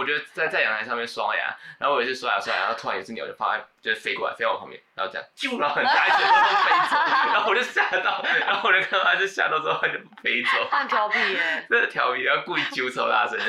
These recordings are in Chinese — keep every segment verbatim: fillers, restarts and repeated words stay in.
我觉得在在阳台上面刷牙，然后我也是刷牙刷牙，然后突然有只鸟就放在就是飞过来飞到我旁边，然后这样啾，然后很大一声然后飞走，然后我就吓到，然后我就看到它就吓到之后它就飞走。 它很调皮耶， 真的调皮，然后故意啾超大声。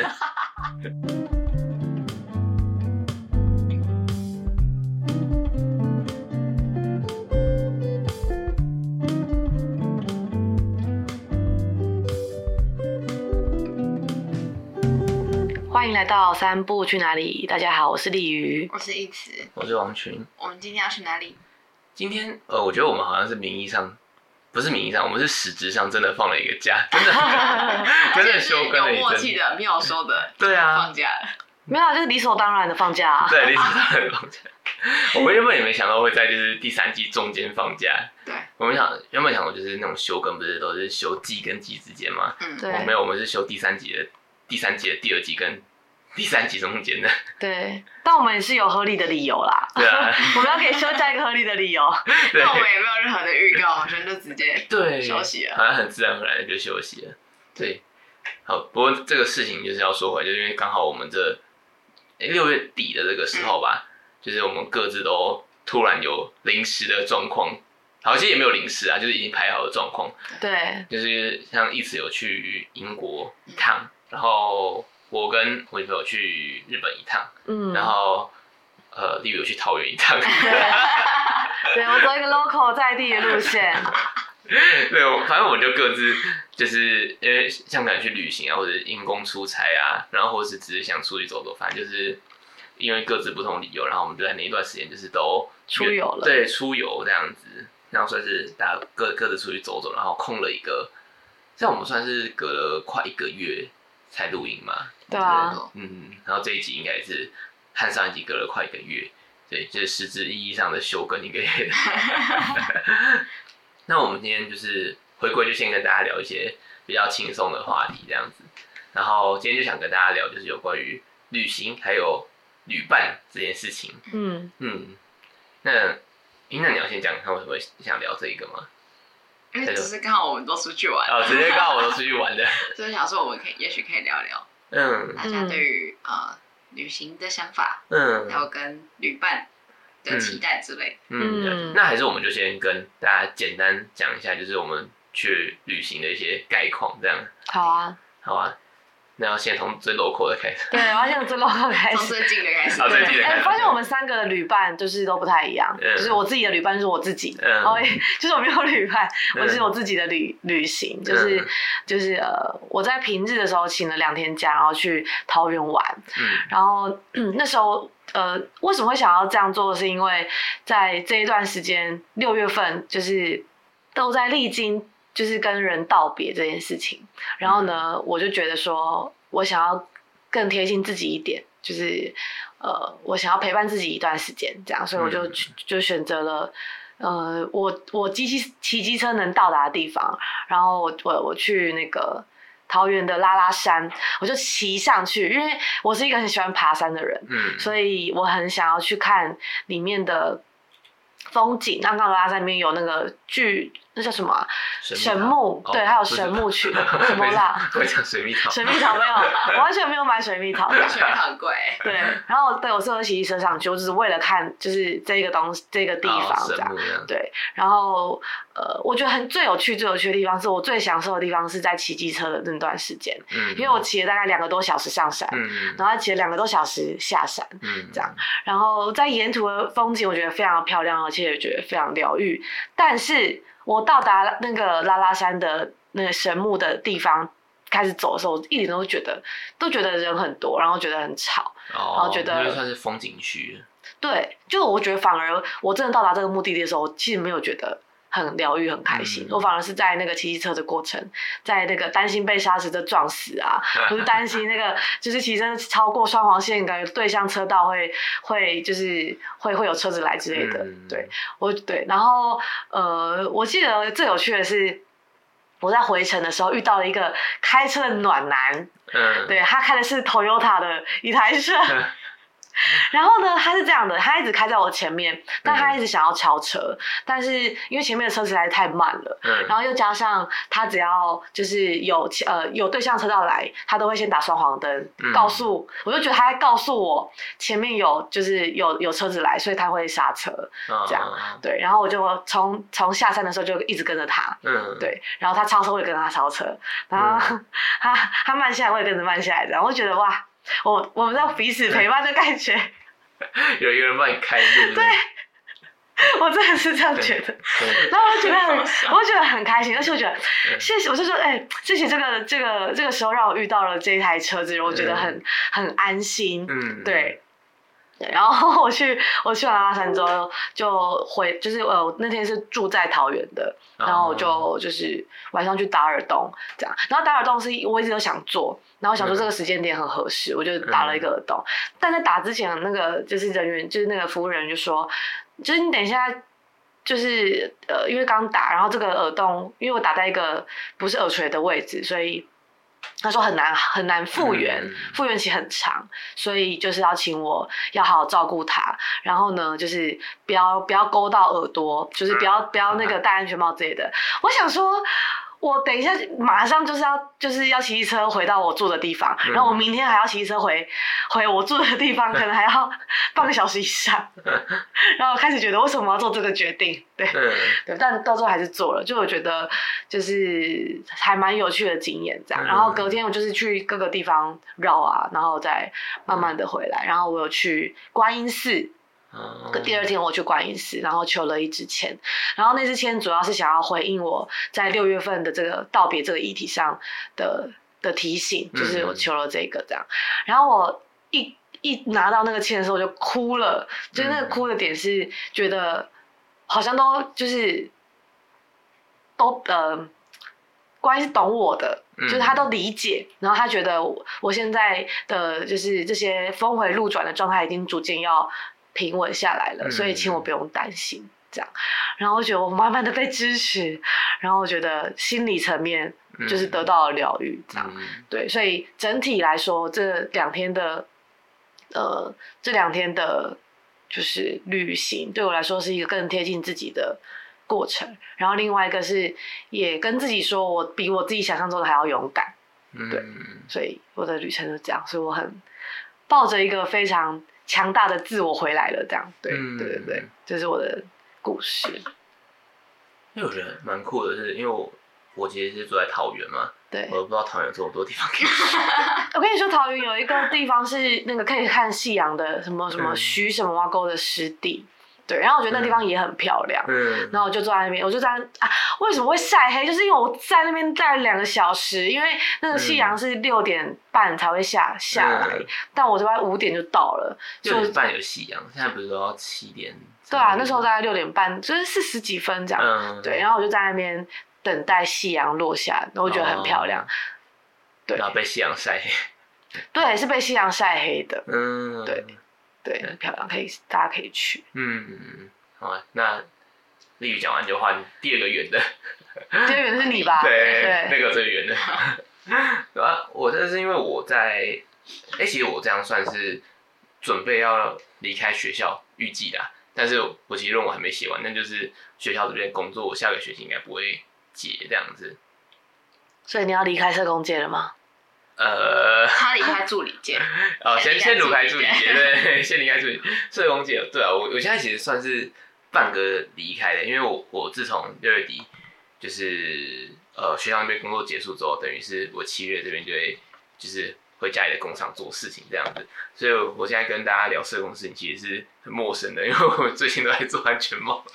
欢迎来到三步去哪里？大家好，我是丽瑜， 我是一慈， 我是王群。 我们今天要去哪里？ 今天呃，我觉得我们好像是名义上，不是名义上，我们是实质上真的放了一个假，真的真的休更了一阵。 有默契的，没有说的， 对啊， 放假了。 没有，就是理所当然的放假、啊。 对，理所当然的放假。我们原本也没想到会在就是第三季中间放假。 对， 我们想原本想过就是那种休更，不是都是休季跟季之间吗？ 嗯， 对。 我没有，我们是休第三集的第三季的第二季跟第三集中间的。 对，但我们也是有合理的理由啦。 对啊， 我们要给休假一个合理的理由。 那我们也没有任何的预告，好像就直接对休息了， 好像很自然而然的就休息了。对，好，不过这个事情就是要说回来，就是因为刚好我们这六月底的这个时候吧，嗯、就是我们各自都突然有临时的状况。好，其实也没有临时啊，就是已经排好的状况。 对， 就是像一直有去英国一趟，嗯、然后我跟我女朋友去日本一趟，嗯，然后呃，例如去桃园一趟。对， 对我走一个 local 在地的路线。 对，反正我们就各自就是因为像可能去旅行啊，或者因公出差啊，然后或是只是想出去走走，反正就是因为各自不同理由，然后我们就在那一段时间就是都出游了， 对，出游这样子，然后算是大家各各自出去走走，然后空了一个，这样我们算是隔了快一个月才录音嘛， 对啊， 嗯，然后这一集应该是和上一集隔了快一个月，对，就是实质意义上的休更一个月。那我们今天就是回归，就先跟大家聊一些比较轻松的话题这样子。然后今天就想跟大家聊，就是有关于旅行还有旅伴这件事情。嗯嗯，那那你要先讲看为什么想聊这一个吗？ 因为只是刚好我们都出去玩。 哦，直接刚好我都出去玩的。 所以想说我们可以，也许可以聊聊，嗯，大家对于呃旅行的想法，嗯，还有跟旅伴的期待之类的。 嗯，嗯，那还是我们就先跟大家简单讲一下，就是我们去旅行的一些概况，这样。 好啊， 好啊。那要先从最 local 的开始。 对，我要先从最 local 开始。 从最近的开始。 好，最近的开始。 哎，发现我们三个的旅伴就是都不太一样，嗯、就是我自己的旅伴就是我自己，嗯、然后就是我没有旅伴，嗯、我是我自己的旅旅行，就是、嗯、就是呃，我在平日的时候请了两天假，然后去桃园玩，嗯、然后、嗯、那时候呃，为什么会想要这样做？是因为在这一段时间，六月份就是都在历经。就是跟人道别这件事情，然后呢，嗯、我就觉得说，我想要更贴近自己一点，就是呃，我想要陪伴自己一段时间，这样，所以我就、嗯、就选择了呃，我我机器骑机车能到达的地方，然后我我我去那个桃园的拉拉山，我就骑上去，因为我是一个很喜欢爬山的人，嗯，所以我很想要去看里面的风景。那刚刚拉拉山里面有那个巨。那叫什么、啊？神木，对，还有神木曲，什么啦？ 我讲水蜜桃。 水蜜桃没有，我完全没有买水蜜桃。 水蜜桃很贵。 对，然后对我是和骑机车上去，我只是为了看，就是这个东西，这个地方这样。对，然后呃，我觉得很最有趣、最有趣的地方是我最享受的地方是在骑机车的那段时间，嗯，因为我骑了大概两个多小时上山，嗯，然后骑了两个多小时下山，嗯，这样，然后在沿途的风景我觉得非常漂亮，而且也觉得非常疗愈，但是。我到达那个拉拉山的那个神木的地方开始走的时候，我一点都觉得都觉得人很多，然后觉得很吵，哦、然后觉得因为算是风景区。 对，就我觉得反而我真的到达这个目的地的时候，我其实没有觉得很疗愈、很开心。嗯、我反而是在那个骑机车的过程，在那个担心被砂石车撞死啊，或是担心那个就是骑车超过双黄线，感觉对向车道会会就是会会有车子来之类的。嗯、对，我对，然后呃，我记得最有趣的是。我在回程的时候遇到了一个开车的暖男，嗯，对，他开的是 Toyota 的一台车， 然后呢，他是这样的，他一直开在我前面，但他一直想要超车，但是因为前面的车实在是太慢了，嗯、然后又加上他只要就是有呃有对向车道来，他都会先打双黄灯，嗯、告诉我就觉得他在告诉我前面有就是有有车子来，所以他会刹车，这样、哦、对，然后我就从从下山的时候就一直跟着他，嗯，对，然后他超车我也跟着他超车，然后、嗯、他他慢下来我也跟着慢下来，然后我就觉得哇。我我们在彼此陪伴的感觉， 有一个人帮你开路， 对，我真的是这样觉得，然后我就觉得很，我就觉得很开心，而且我觉得谢谢，我就说哎、欸，谢谢这个这个这个时候让我遇到了这一台车子，我觉得很、嗯、很安心，嗯，对。对，然后我去我去完阿山之后就回，就是呃我那天是住在桃园的，然后我就就是晚上去达尔洞这样，然后达尔洞是我一直都想做，然后想说这个时间点很合适，我就打了一个耳洞，但在打之前那个就是人员就是那个服务人员就说，就是你等一下。就是呃，因为刚打，然后这个耳洞，因为我打在一个不是耳垂的位置，所以他说很难很难复原，嗯、复原期很长，所以就是要请我要好好照顾他，然后呢，就是不要不要勾到耳朵，就是不要不要那个戴安全帽之类的。我想说。我等一下马上就是要就是要骑车回到我住的地方，嗯、然后我明天还要骑车回回我住的地方，可能还要半个小时以上。然后我开始觉得为什么要做这个决定？对，嗯、对，但到最后还是做了。就我觉得就是还蛮有趣的经验这样。然后隔天我就是去各个地方绕啊，然后再慢慢的回来。然后我有去观音寺。第二天我去观音寺，然后求了一支签，然后那支签主要是想要回应我在六月份的这个道别这个议题上的的提醒，就是我求了这个这样，然后我一一拿到那个签的时候我就哭了，就是那个哭的点是觉得好像都就是都呃。关系是懂我的，就是他都理解，然后他觉得我我现在的就是这些峰回路转的状态已经逐渐要平稳下来了，嗯、所以请我不用担心这样。然后我觉得我慢慢的被支持，然后我觉得心理层面就是得到了疗愈，这样、嗯、对，所以整体来说这两天的呃这两天的就是旅行对我来说是一个更贴近自己的。过程，然后另外一个是也跟自己说，我比我自己想象中的还要勇敢，嗯、对，所以我的旅程是这样，所以我很抱着一个非常强大的自我回来了，这样，对，嗯、对对对，这是我的故事。 因为我觉得蛮酷的是，因为我我其实是住在桃园嘛， 对， 我都不知道桃园有这么多地方可以去。 我跟你说，桃园有一个地方是那个可以看夕阳的，什么什么徐什么挖沟的湿地。对，然后我觉得那地方也很漂亮，嗯，然后我就坐在那边，我就在啊，为什么会晒黑？就是因为我在那边待了两个小时，因为那个夕阳是六点半才会下下来，嗯、但我这边五点就到了， 六点半有夕阳，现在不是都要七点？ 对啊，那时候大概六点半，就是四十几分这样，嗯、对，然后我就在那边等待夕阳落下，然后我觉得很漂亮，哦、 对，然后被夕阳晒黑， 对，是被夕阳晒黑的，嗯，对。对，很漂亮，可以大家可以去。嗯， 好啊，那丽宇讲完就换第二个圆的。 第二个圆的是你吧？ 对，对那个最圆的。对啊，我这是因为我在，哎、欸，其实我这样算是准备要离开学校预计的，但是我其实论文还没写完，那就是学校这边工作，我下个学期应该不会结这样子。 所以你要离开社工界了吗？ 呃，他离开助理界， 哦，先先离开助理界，对，先离开助理社工界，对啊，我我现在其实算是半个离开的，因为我我自从六月底就是呃学校那边工作结束之后，等于是我七月这边就会就是回家里的工厂做事情这样子，所以我现在跟大家聊社工事情其实是很陌生的，因为我最近都在做安全帽，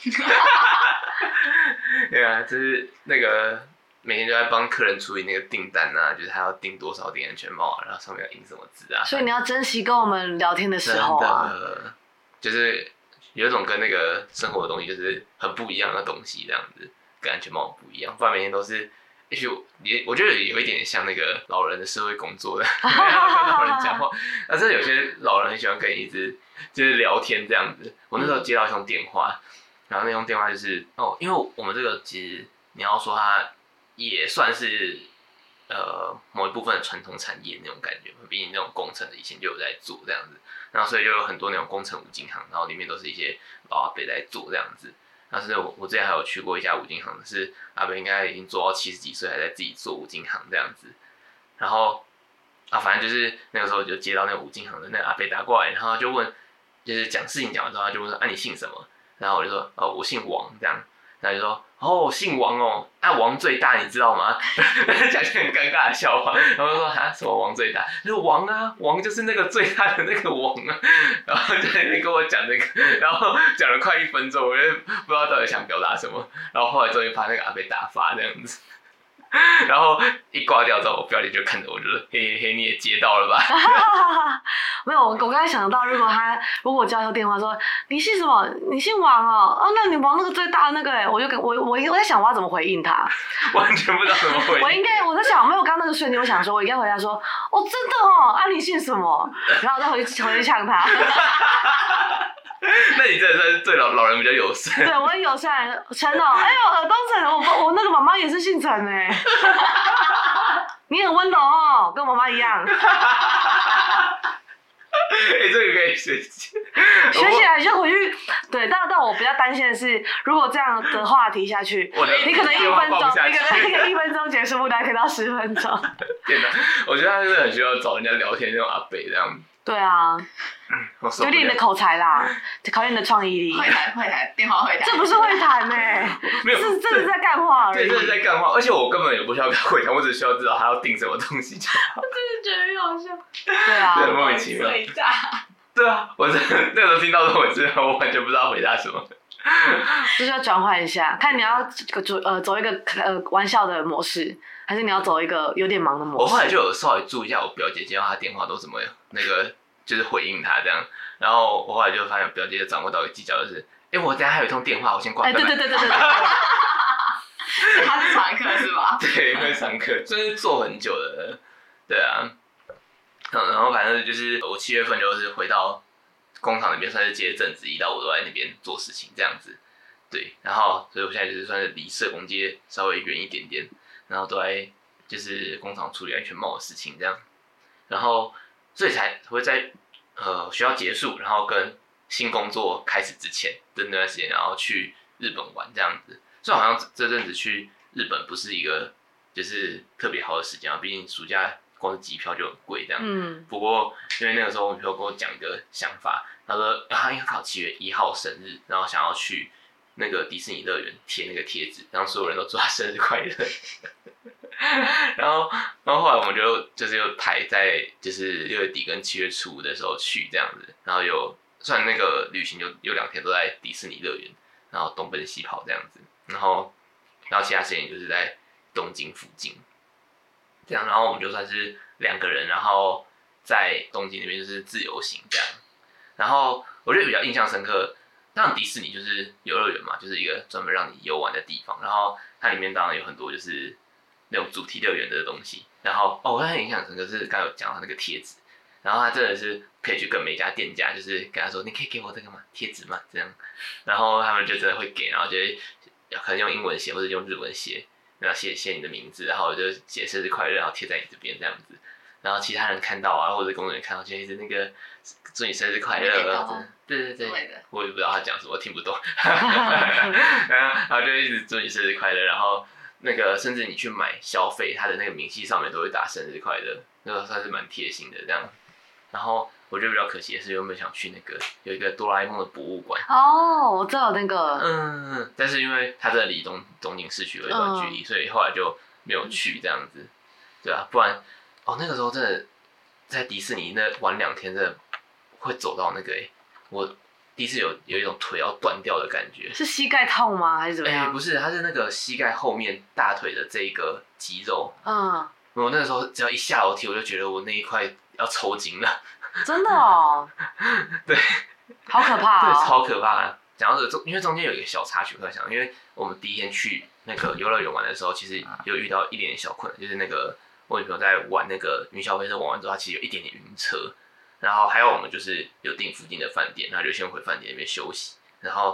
对啊，就是那个。每天都在帮客人处理那个订单啊，就是他要订多少顶安全帽啊，然后上面要印什么字啊。 所以你要珍惜跟我们聊天的时候啊。真的， 就是有一种跟那个生活的东西就是很不一样的东西，这样子跟安全帽不一样，不然每天都是，也许也我觉得有一点像那个老人的社会工作的，跟老人讲话。但是有些老人很喜欢跟你一直就是聊天这样子。我那时候接到一通电话，然后那通电话就是哦，因为我们这个其实你要说他。也算是呃某一部分的传统产业那种感觉，毕竟那种工程的以前就有在做这样子，然后所以就有很多那种工程五金行，然后里面都是一些老阿伯在做这样子。但是我我之前还有去过一家五金行，是阿伯应该已经做到七十几岁还在自己做五金行这样子，然后啊反正就是那个时候就接到那个五金行的那个阿伯打过来，然后就问，就是讲事情讲完之后，他就问说啊你姓什么？然后我就说哦我姓王这样，然后就说哦姓王哦，啊王最大你知道吗？讲句很尴尬的笑话，然后就说啊什么王最大？就说王啊王就是那个最大的那个王啊，然后就在那边跟我讲这个，然后讲了快一分钟，我就不知道到底想表达什么，然后后来终于把那个阿伯打发这样子。然后一挂掉之后，我表姐就看着我，就说：“嘿嘿嘿，你也接到了吧？” 没有，我我刚才想到，如果他如果我接到电话说你姓什么，你姓王哦，哦，那你王那个最大的那个，哎，我就跟我我我在想我要怎么回应他， 完全不知道怎么回应。 我应该我在想，没有刚那个瞬间，我想说，我应该回答说，哦，真的哦，啊，你姓什么？然后再回去回去呛他。 那你真的算是对老老人比较友善。 对，我很友善，陈哦，哎呦，尔东陈，我我那个妈妈也是姓陈哎。你很温柔哦，跟我妈妈一样。 哎、欸，这个可以学起， 学起来就回去。对，但但我比较担心的是，如果这样的话题下去，你可能一分钟，你可能一个一分钟结束不了，可以到十分钟。 天哪，我觉得他真的很需要找人家聊天那种阿伯这样。 对啊，就练你的口才啦，考验你的创意力。 会谈会谈，电话会谈。 这不是会谈呢、欸， 没有， 是真的在干话而已。 对，真的在干话，而且我根本也不需要跟他会谈，我只需要知道他要订什么东西就好。 我真的觉得很好笑。 对啊， 对，莫名其妙。 最大。 对啊，我真的那个时候听到这种事，我完全不知道回答什么。 就是要转换一下，看你要走呃走一个呃玩笑的模式，还是你要走一个有点忙的模式。 我后来就有稍微注意一下我表姐接到她电话都怎么那个就是回应她这样，然后我后来就发现我表姐就掌握到一个技巧，就是哎、欸、我等一下还有一通电话，我先挂。哎、 欸，对对对对对对。 他是常客是吧？ 对，会常客，真是做很久的，对啊。嗯，然后反正就是我七月份就是回到工厂那边，算是接正职，一到五都在那边做事情这样子。对，然后所以我现在就是算是离社工街稍微远一点点，然后都在就是工厂处理安全帽的事情这样，然后所以才会在呃学校结束，然后跟新工作开始之前的那段时间，然后去日本玩这样子。所以好像这阵子去日本不是一个就是特别好的时间啊，毕竟暑假光是机票就很贵这样。嗯。不过因为那个时候我女朋友跟我讲一个想法，她说她应该考七月一号生日，然后想要去那个迪士尼乐园贴那个贴纸，让所有人都祝她生日快乐。然后，然后后来我们就就是又排在就是六月底跟七月初的时候去这样子，然后有算那个旅行就有两天都在迪士尼乐园，然后东奔西跑这样子，然后然后其他时间就是在东京附近，这样，然后我们就算是两个人，然后在东京那边就是自由行这样，然后我觉得比较印象深刻。当然迪士尼就是游乐园嘛，就是一个专门让你游玩的地方，然后它里面当然有很多就是那种主题乐园的东西，然后哦，我很印象深刻是刚刚有讲到那个贴纸，然后他真的是可以去跟每家店家就是跟他说，你可以给我这个吗？贴纸吗？这样，然后他们就真的会给，然后就会可能用英文写或者用日文写，然后写写你的名字，然后就写生日快乐，然后贴在你这边这样子，然后其他人看到啊或者工作人员看到就一直那个祝你生日快乐，对对对，我也不知道他讲什么，我听不懂，然后就一直祝你生日快乐，然后那个甚至你去买消费，他的那个明细上面都会打生日快乐，那个算是蛮贴心的这样。然后我觉得比较可惜的是，原本想去那个有一个哆啦 A 梦的博物馆。 哦，我知道那个。 嗯，但是因为它真的离东东京市区有一段距离，嗯，所以后来就没有去这样子。对啊，不然哦那个时候真的在迪士尼那玩两天，真的会走到那个哎，欸，我第一次有有一种腿要断掉的感觉。是膝盖痛吗？还是怎么样？ 哎，欸，不是，它是那个膝盖后面大腿的这一个肌肉。嗯。我那个时候只要一下楼梯，我就觉得我那一块要抽筋了。 真的哦。 对。 好可怕哦。 对，超可怕的。讲到这个，因为中间有一个小插曲，我在想，因为我们第一天去那个游乐园玩的时候，其实有遇到一点点小困难，就是那个我女朋友在玩那个云霄飞车玩完之后，她其实有一点点晕车。然后还有我们就是有订附近的饭店，然后就先回饭店那边休息。然后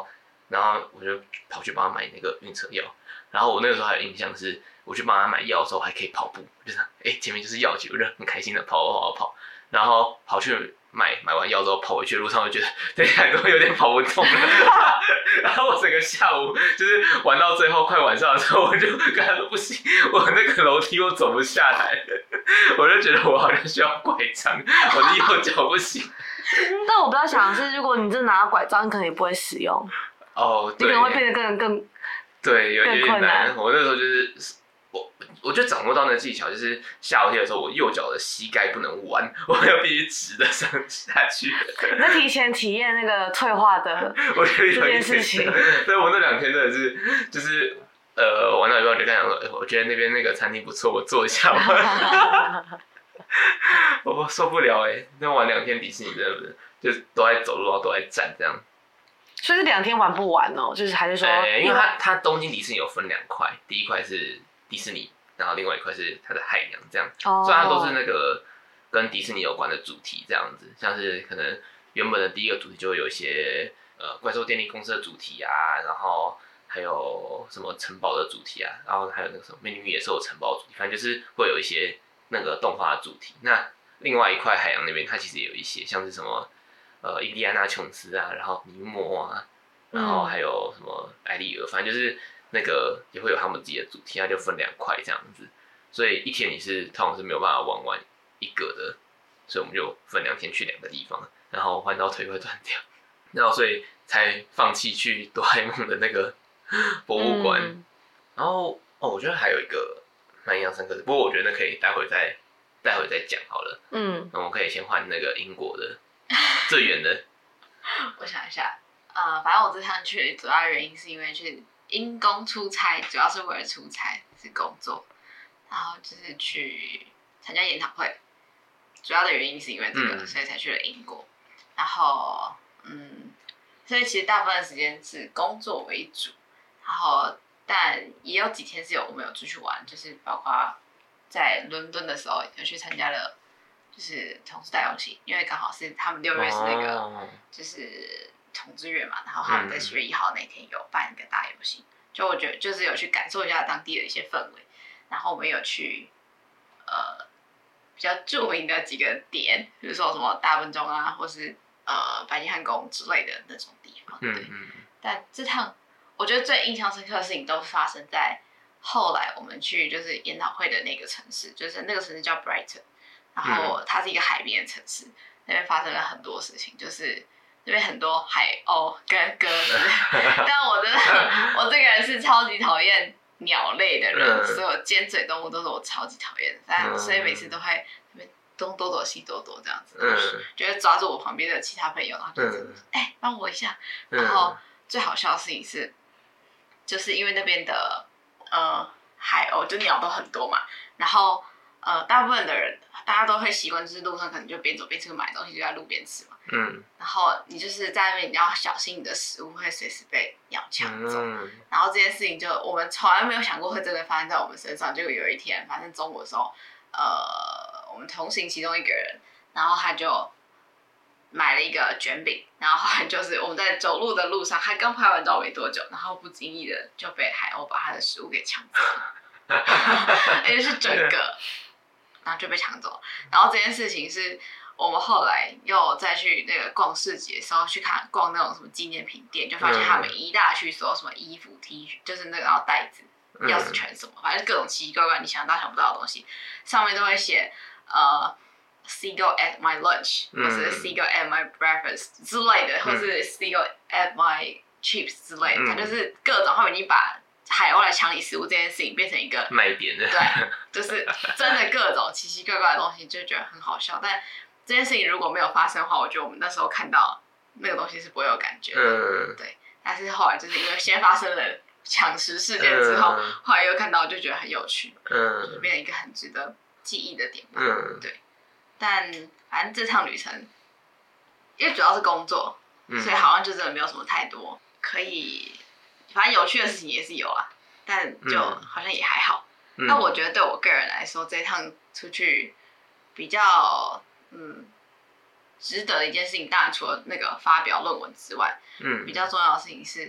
然后我就跑去帮他买那个晕车药。然后我那个时候还有印象是，我去帮他买药的时候还可以跑步，就是哎、欸、前面就是药局，我就很开心的跑跑跑跑，然后跑去买买完药之后跑回去的路上，我就觉得等一下都有点跑不动了。然后我整个下午就是玩到最后快晚上的时候，我就跟他说不行，我那个楼梯我走不下来，我就觉得我好像需要拐杖，我的右脚不行。 但我比较想的是，如果你真的拿到拐杖，你可能也不会使用。 哦， 对，你可能会变得更更对，有更困难。 我那时候就是我，我就掌握到那个技巧，就是下楼梯的时候，我右脚的膝盖不能弯，我要必须直的上下去。 你在提前体验那个退化的这件事情。 所以我那两天真的是，就是呃，玩到一半我就跟他讲说，我觉得那边那个餐厅不错，我坐一下吧。我受不了哎、欸，那玩两天迪士尼真的就是都在走路，然后都在站这样。 所以是两天玩不完哦，就是还是说， 欸、因为它它东京迪士尼有分两块，第一块是迪士尼，然后另外一块是它的海洋这样，哦、所以它都是那个跟迪士尼有关的主题这样子，像是可能原本的第一个主题就会有一些呃怪兽电力公司的主题啊，然后还有什么城堡的主题啊，然后还有那个什么美女与野兽的城堡的主题，反正就是会有一些那个动画的主题。那另外一块海洋那边，它其实也有一些像是什么。呃，印第安纳琼斯啊，然后尼莫啊，然后还有什么艾丽尔，反正就是那个也会有他们自己的主题，它就分两块这样子，所以一天你是通常是没有办法玩完一个的，所以我们就分两天去两个地方，然后玩到腿会断掉，然后所以才放弃去哆啦 A 梦的那个博物馆，嗯、然后哦，我觉得还有一个蛮印象深刻的，不过我觉得那可以待会再待会再讲好了，嗯，那我们可以先换那个英国的。最远的， 我想一下，呃，反正我这趟去的主要原因是因为去因公出差，主要是为了出差，是工作，然后就是去参加研讨会，主要的原因是因为这个，嗯、所以才去了英国。然后，嗯，所以其实大部分时间是工作为主，然后但也有几天是有我们有出去玩，就是包括在伦敦的时候有去参加了。就是同志大游行，因为刚好是他们六月是那个就是同志月嘛，然后他们在十月一号那天有办一个大游行，就我觉得就是有去感受一下当地的一些氛围，然后我们有去呃比较著名的几个点，比如说什么大笨钟啊，或是呃白金汉宫之类的那种地方。对，嗯、但这趟我觉得最印象深刻的事情都发生在后来我们去就是研讨会的那个城市，就是那个城市叫 Brighton。然后它是一个海边的城市，那边发生了很多事情，就是那边很多海鸥跟鸽子。但我真的，我这个人是超级讨厌鸟类的人，所有尖嘴动物都是我超级讨厌的，但所以每次都会那边东躲躲西躲躲这样子，嗯、就会抓住我旁边的其他朋友，然后就是哎帮、欸、我一下。然后最好笑的事情是，就是因为那边的呃海鸥就鸟都很多嘛，然后。呃，大部分的人，大家都会习惯，就是路上可能就边走边吃买东西，就在路边吃嘛。嗯。然后你就是在那边，你要小心你的食物会随时被鸟抢走。嗯。然后这件事情就我们从来没有想过会真的发生在我们身上。结果有一天，反正中午的时候，呃，我们同行其中一个人，然后他就买了一个卷饼，然后后来就是我们在走路的路上，他刚拍完照没多久，然后不经意的就被海鸥把他的食物给抢走了，而且是整个。然后就被抢走，然后这件事情是我们后来又再去那个逛市集的时候去看逛那种什么纪念品店，就发现他们一大区所有什么衣服、T 恤，就是那个然后袋子、钥匙圈什么，反正各种奇奇怪怪你想到想不到的东西，上面都会写呃 Seagull at my lunch， 或是 Seagull at my breakfast 之类的，或是 Seagull at my chips 之类的，它就是各种他们已经把。海鸥来抢你食物这件事情变成一个卖点的， 对，就是真的各种奇奇怪怪的东西，就觉得很好笑。但这件事情如果没有发生的话，我觉得我们那时候看到那个东西是不会有感觉的，嗯，对。但是后来就是因为先发生了抢食事件之后，嗯、后来又看到就觉得很有趣，嗯，就是变成一个很值得记忆的点，嗯，对。但反正这趟旅程，因为主要是工作，嗯、所以好像就真的没有什么太多可以。反正有趣的事情也是有啦，但就好像也还好。那、嗯、我觉得对我个人来说，这趟出去比较嗯值得的一件事情，当然除了那个发表论文之外，嗯，比较重要的事情是，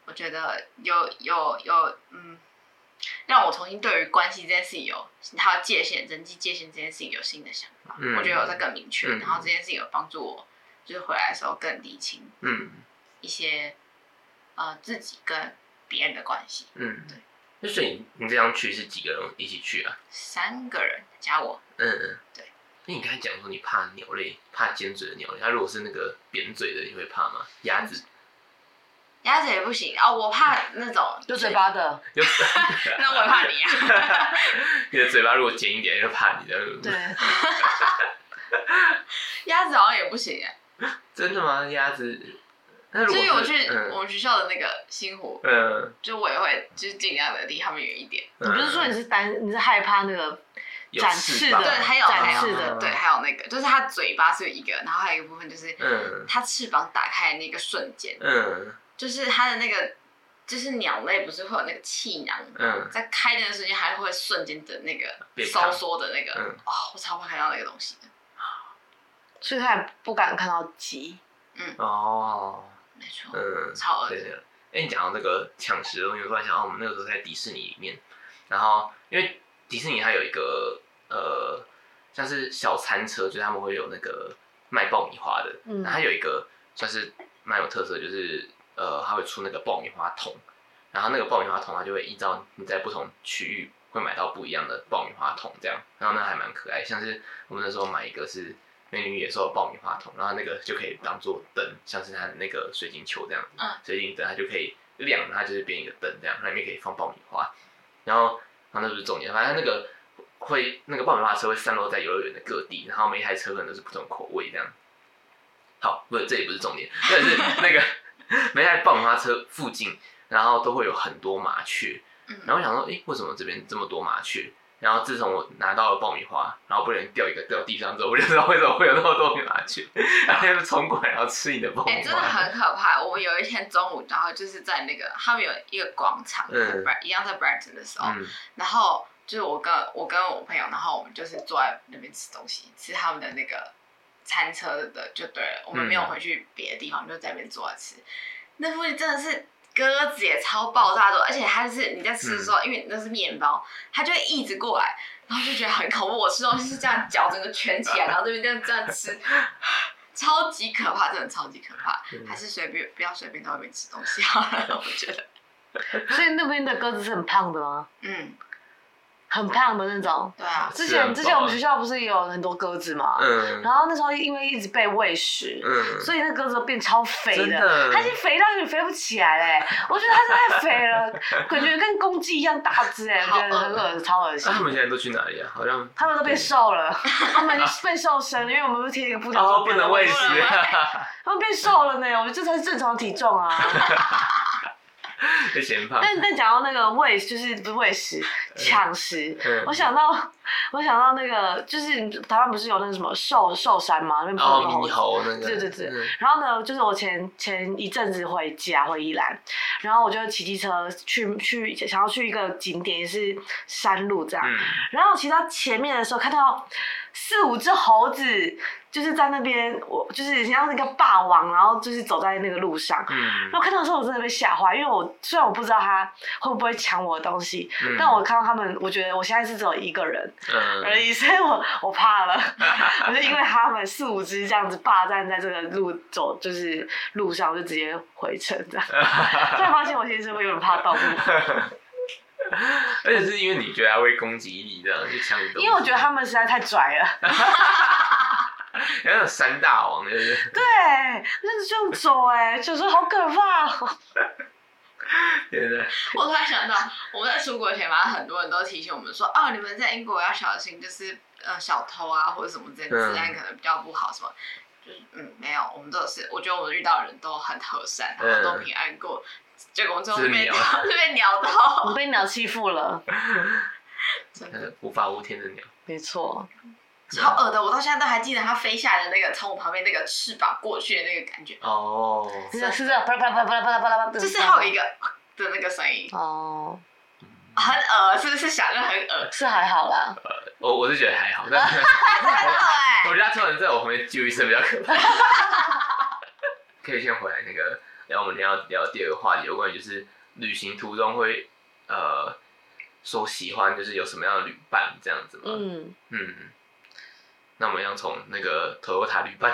我觉得有有有嗯，让我重新对于关系这件事情有还有界限、人际界限这件事情有新的想法。嗯、我觉得有在更明确、嗯，然后这件事情有帮助我，就是回来的时候更理清嗯一些呃自己跟别人的关系。嗯，对。 那所以你这样去是几个人一起去啊？ 三个人加我。嗯嗯，对。 那你刚才讲说你怕鸟类，怕尖嘴的鸟类，它如果是那个扁嘴的，你会怕吗？鸭子？ 鸭子也不行哦，我怕那种有嘴巴的。 那我也怕你啊！ 你的嘴巴如果尖一点，就怕你的。 对。 鸭子好像也不行哎。 真的吗？鸭子？ 所以我去、嗯、我们学校的那个新湖，嗯，就我也会就是尽量的离他们远一点。 你不是说你是担你是害怕那个展翅的？ 对，还有展翅的， 对，还有那个就是它嘴巴是有一个，然后还有一个部分就是，嗯，它翅膀打开的那个瞬间，嗯，就是它的那个就是鸟类不是会有那个气囊，嗯，在开的那瞬间还会瞬间的那个收缩的那个，嗯，哦，我超怕看到那个东西的， 所以他也不敢看到鸡， 嗯，哦。没错，嗯，超恶心。对对， 哎，你讲到那个抢食的东西，我突然想到我们那个时候在迪士尼里面，然后因为迪士尼它有一个呃，像是小餐车，就是他们会有那个卖爆米花的，嗯，然后它有一个算是蛮有特色，就是呃，它会出那个爆米花桶，然后那个爆米花桶它就会依照你在不同区域会买到不一样的爆米花桶这样，然后那还蛮可爱，像是我们那时候买一个是。美女野兽的爆米花桶，然后那个就可以当做灯，像是它的那个水晶球这样子，嗯、水晶灯它就可以亮，它就是变一个灯这样，它里面可以放爆米花。然后，然后那不是重点，反正那个会那个爆米花车会散落在游乐园的各地，然后每一台车可能都是不同口味这样。好，不是这也不是重点，但是那个每一台爆米花车附近，然后都会有很多麻雀。然后我想说，哎、欸，为什么这边这么多麻雀？然后自从我拿到了爆米花，然后不小心掉一个掉地上之后，我就知道为什么会有那么多麻雀，然后就冲过来然后吃你的爆米花。 哎、欸，真的很可怕！我们有一天中午，然后就是在那个他们有一个广场，嗯、一样在 Brighton 的时候，嗯、然后就是我跟我跟我朋友，然后我们就是坐在那边吃东西，吃他们的那个餐车的就对了，我们没有回去别的地方，就在那边坐着吃。那附近真的是。鸽子也超爆炸多，而且它就是你在吃的时候，嗯、因为那是面包，它就会一直过来，然后就觉得很恐怖。我吃东西是这样，脚整个蜷起来，然后这边这样这样吃，超级可怕，真的超级可怕。嗯、还是随便不要随便在外面吃东西好了，我觉得。 所以那边的鸽子是很胖的吗？嗯。很胖的那种， 对啊。 之前之前我们学校不是也有很多鸽子嘛，嗯，然后那时候因为一直被喂食，嗯，所以那鸽子变超肥的，的它已经肥到有点肥不起来嘞。我觉得它太肥了，感觉跟公鸡一样大只哎，我觉得很恶超恶心。 那、啊、他们现在都去哪里啊？好像他们都变瘦了，他们已经变瘦身，因为我们不是贴一个布条说、哦、不能喂食， 他们变瘦了呢。我觉得这才是正常体重啊。 被嫌胖。 但但讲到那个喂，就是不是喂食，抢食、嗯，我想到我想到那个，就是台湾不是有那个什么寿寿山吗？那边哦，猕猴那个。 对对对。嗯、然后呢，就是我前前一阵子回家回宜兰，然后我就骑机车去去想要去一个景点，也是山路这样。嗯、然后骑到前面的时候，看到四五只猴子。就是在那边，我就是像是一个霸王，然后就是走在那个路上，嗯、然后看到的时候我真的被吓坏，因为我虽然我不知道他会不会抢我的东西，嗯、但我看到他们，我觉得我现在是只有一个人而已，所以我我怕了，我就因为他们四五只这样子霸占在这个路走，就是路上，我就直接回程这样，突然发现我其实会有点怕动物。 而且是因为你觉得他会攻击你这样就抢你东西， 因为我觉得他们实在太拽了。 有那种山大王，对不对？ 对，就是这样走哎，就是好可怕哦。 对对。 我突然想到，我们在出国前嘛，很多人都提醒我们说，哦，你们在英国要小心，就是呃小偷啊或者什么这治安可能比较不好什么。就是嗯，没有，我们都是，我觉得我们遇到的人都很和善，然后都平安过。结果我们最后被鸟，被鸟到， 我们被鸟欺负了。 真的， 无法无天的鸟。 没错。 超恶的，我到现在都还记得它飞下来的那个从我旁边那个翅膀过去的那个感觉。哦， 是是这样，啪啦啪啦啪啦啪啦啪啦啪啦， 就是还有一个的那个声音。哦，很恶，是是想就很恶， 是还好啦。 呃，我我是觉得还好，但是我觉得它突然在我旁边啾一声比较可怕。可以先回来那个然后我们要聊第二个话题，有关于就是旅行途中会呃说喜欢就是有什么样的旅伴这样子吗？嗯嗯，那我们要从那个 Toyota 旅伴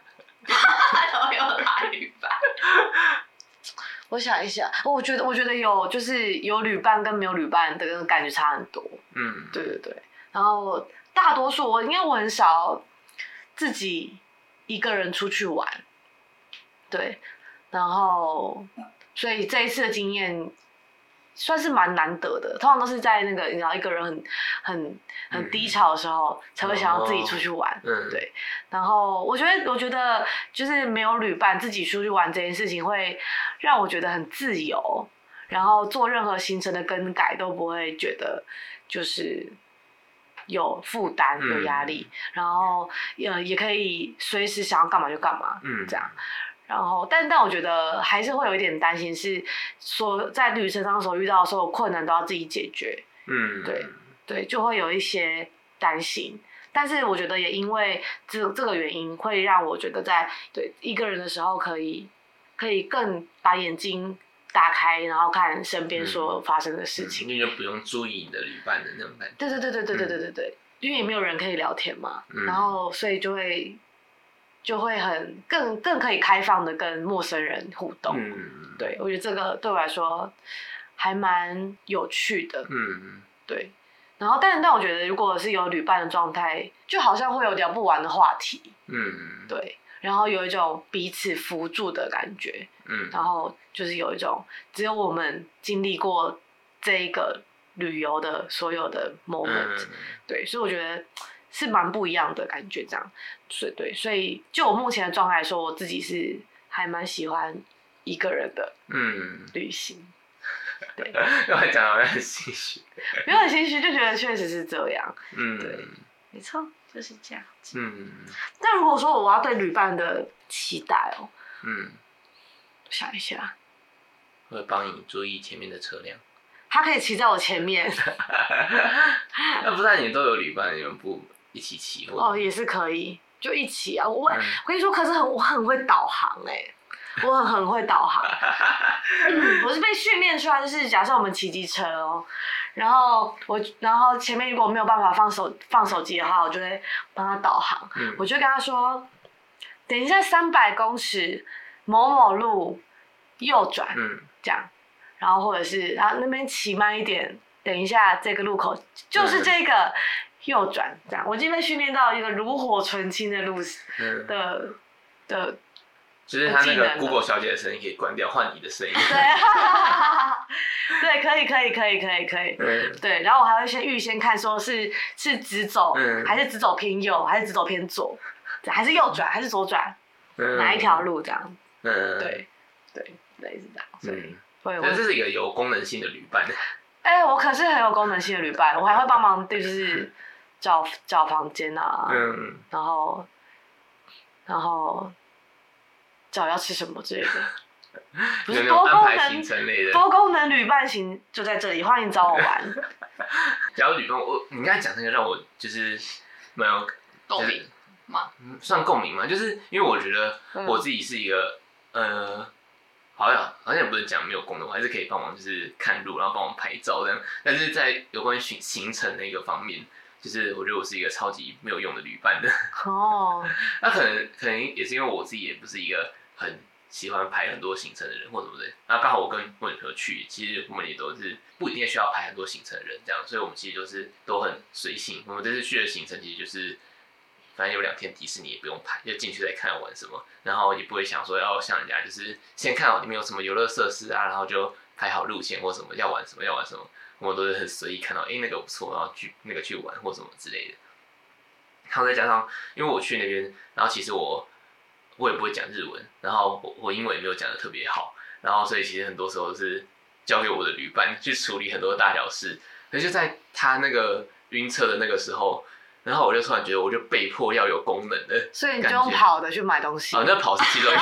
，Toyota 旅伴。 我想一下，我觉得我觉得有就是有旅伴跟没有旅伴的感觉差很多。嗯，对对对。然后大多数我应该我很少自己一个人出去玩，对。然后所以这一次的经验算是蛮难得的，通常都是在那个你知道一个人很很很低潮的时候、嗯、才会想要自己出去玩、哦、对。然后我觉得我觉得就是没有旅伴自己出去玩这件事情会让我觉得很自由，然后做任何行程的更改都不会觉得就是有负担有压力、嗯、然后也也可以随时想要干嘛就干嘛、嗯、这样。然后，但但我觉得还是会有一点担心，是说在旅程上所遇到的所有困难都要自己解决。嗯，对对，就会有一些担心。但是我觉得也因为这这个原因，会让我觉得在对一个人的时候，可以可以更把眼睛打开，然后看身边所有发生的事情， 因为、嗯、就不用注意你的旅伴的那种感觉。 对对对对对对对对对，嗯、因为也没有人可以聊天嘛，嗯、然后所以就会。就会很更更可以开放的跟陌生人互动，嗯，对，我觉得这个对我来说还蛮有趣的，嗯，对。然后，但但我觉得如果是有旅伴的状态，就好像会有聊不完的话题，嗯，对。然后有一种彼此扶助的感觉，嗯，然后就是有一种只有我们经历过这一个旅游的所有的 moment，嗯、对，所以我觉得。是蛮不一样的感觉，这样，所以对，所以就我目前的状态来说，我自己是还蛮喜欢一个人的旅行。嗯、对， 因为讲得好像很心虚， 没有很心虚，就觉得确实是这样。嗯，对，没错，就是这样子。嗯，但如果说我要对旅伴的期待哦，嗯，想一下， 会帮你注意前面的车辆。 他可以骑在我前面。 那不然你都有旅伴，你们不？一起骑哦，也是可以，就一起啊！我、嗯、我跟你说，可是很我很会导航哎、欸，我很很会导航、嗯。我是被训练出来，就是假设我们骑机车哦，然后我然后前面如果没有办法放手放手机的话，我就会帮他导航。嗯、我就跟他说，等一下三百公尺某某路右转，嗯，这样，然后或者是然后那边骑慢一点，等一下这个路口就是这个。嗯右转这样，我已经被训练到一个炉火纯青的路的、嗯、的，的就是他那个 Google 小姐的声音可以关掉，换你的声音。 对，对，可以，可以，可以，可以，可以。嗯、对，然后我还会先预先看，说是是直走，嗯、还是直走偏右，还是直走偏左，还是右转，还是左转，嗯、哪一条路这样？嗯，对，对，类似这样。所以， 嗯、所以这是一个有功能性的旅伴。 哎、欸，我可是很有功能性的旅伴，我还会帮忙，就是。找找房间啊，嗯，然后，然后找要吃什么之类的， 不是多功能多功能旅伴型就在这里，欢迎找我玩。 假如旅伴，我你刚才讲那个让我就是没有共鸣吗？ 算共鸣吗？就是因为我觉得我自己是一个、嗯、呃，好像好像也不是讲没有功能，我还是可以帮忙就是看路，然后帮忙拍照这样，但是在有关行行程那个方面。就是我觉得我是一个超级没有用的旅伴的哦，那可能可能也是因为我自己也不是一个很喜欢排很多行程的人或什么的。那刚好我跟我女朋友去，其实我们也都是不一定需要排很多行程的人，这样，所以我们其实就是都很随性。我们这次去的行程其实就是反正有两天迪士尼也不用排，就进去再看要玩什么，然后也不会想说要像人家就是先看好里面有什么游乐设施啊，然后就排好路线或什么要玩什么要玩什么。我都是很随意看到，哎、欸，那个不错，然后去那个去玩或什么之类的。然后再加上，因为我去那边，然后其实我我也不会讲日文，然后我我英文也没有讲的特别好，然后所以其实很多时候是交给我的旅伴去处理很多大小事。可是就在他那个晕车的那个时候，然后我就突然觉得，我就被迫要有功能的， 所以你就用跑的去买东西。 哦，那跑是其中一个，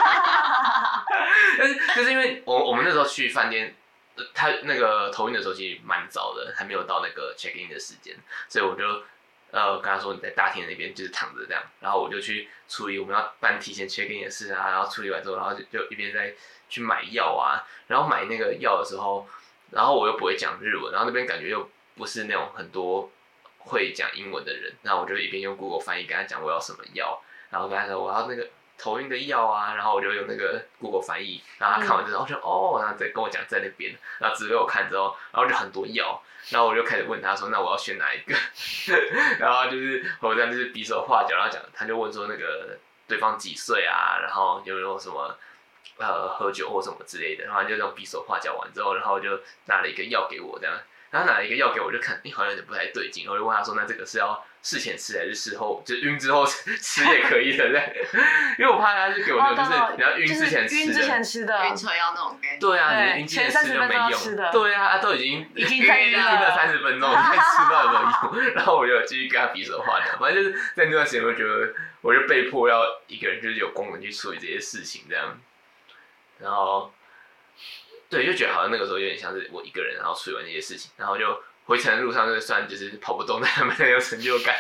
但是就是因为我我们那时候去饭店。他那个投运的时候其实蛮早的，还没有到那个 check in 的时间，所以我就呃跟他说你在大厅那边就是躺着这样，然后我就去处理我们要办提前check in的事啊，然后处理完之后，然后就就一边在去买药啊，然后买那个药的时候，然后我又不会讲日文，然后那边感觉又不是那种很多会讲英文的人，然后我就一边用 Google 翻译跟他讲我要什么药，然后跟他说我要那个头晕的药啊，然后我就用那个 Google 翻译，然后他看完之后就、嗯、哦，然后再跟我讲在那边，然后指给我看之后，然后就很多药，然后我就开始问他说那我要选哪一个，然后就是我这样就是比手画脚，然后讲他就问说那个对方几岁啊，然后有没有什么呃喝酒或什么之类的，然后就这种比手画脚完之后，然后就拿了一个药给我这样。然后拿了一个药给我，就看，哎、欸，好像有点不太对劲，我就问他说，那这个是要事前吃还是事后，就是晕之后吃也可以的，因为我怕他是给我那种就是你要晕之前吃的， 晕之前吃的， 晕车药那种感觉。 对啊，你晕之前吃就没用。对啊，他都已经已经在晕了三十分钟，再吃不到有没有用？然后我就继续跟他比手画脚，反正就是在那段时间，我就觉得我就被迫要一个人就是有功能去处理这些事情这样，然后。对，就觉得好像那个时候有点像是我一个人，然后处理完这些事情，然后就回程的路上就算就是跑不动，但他们很有成就感。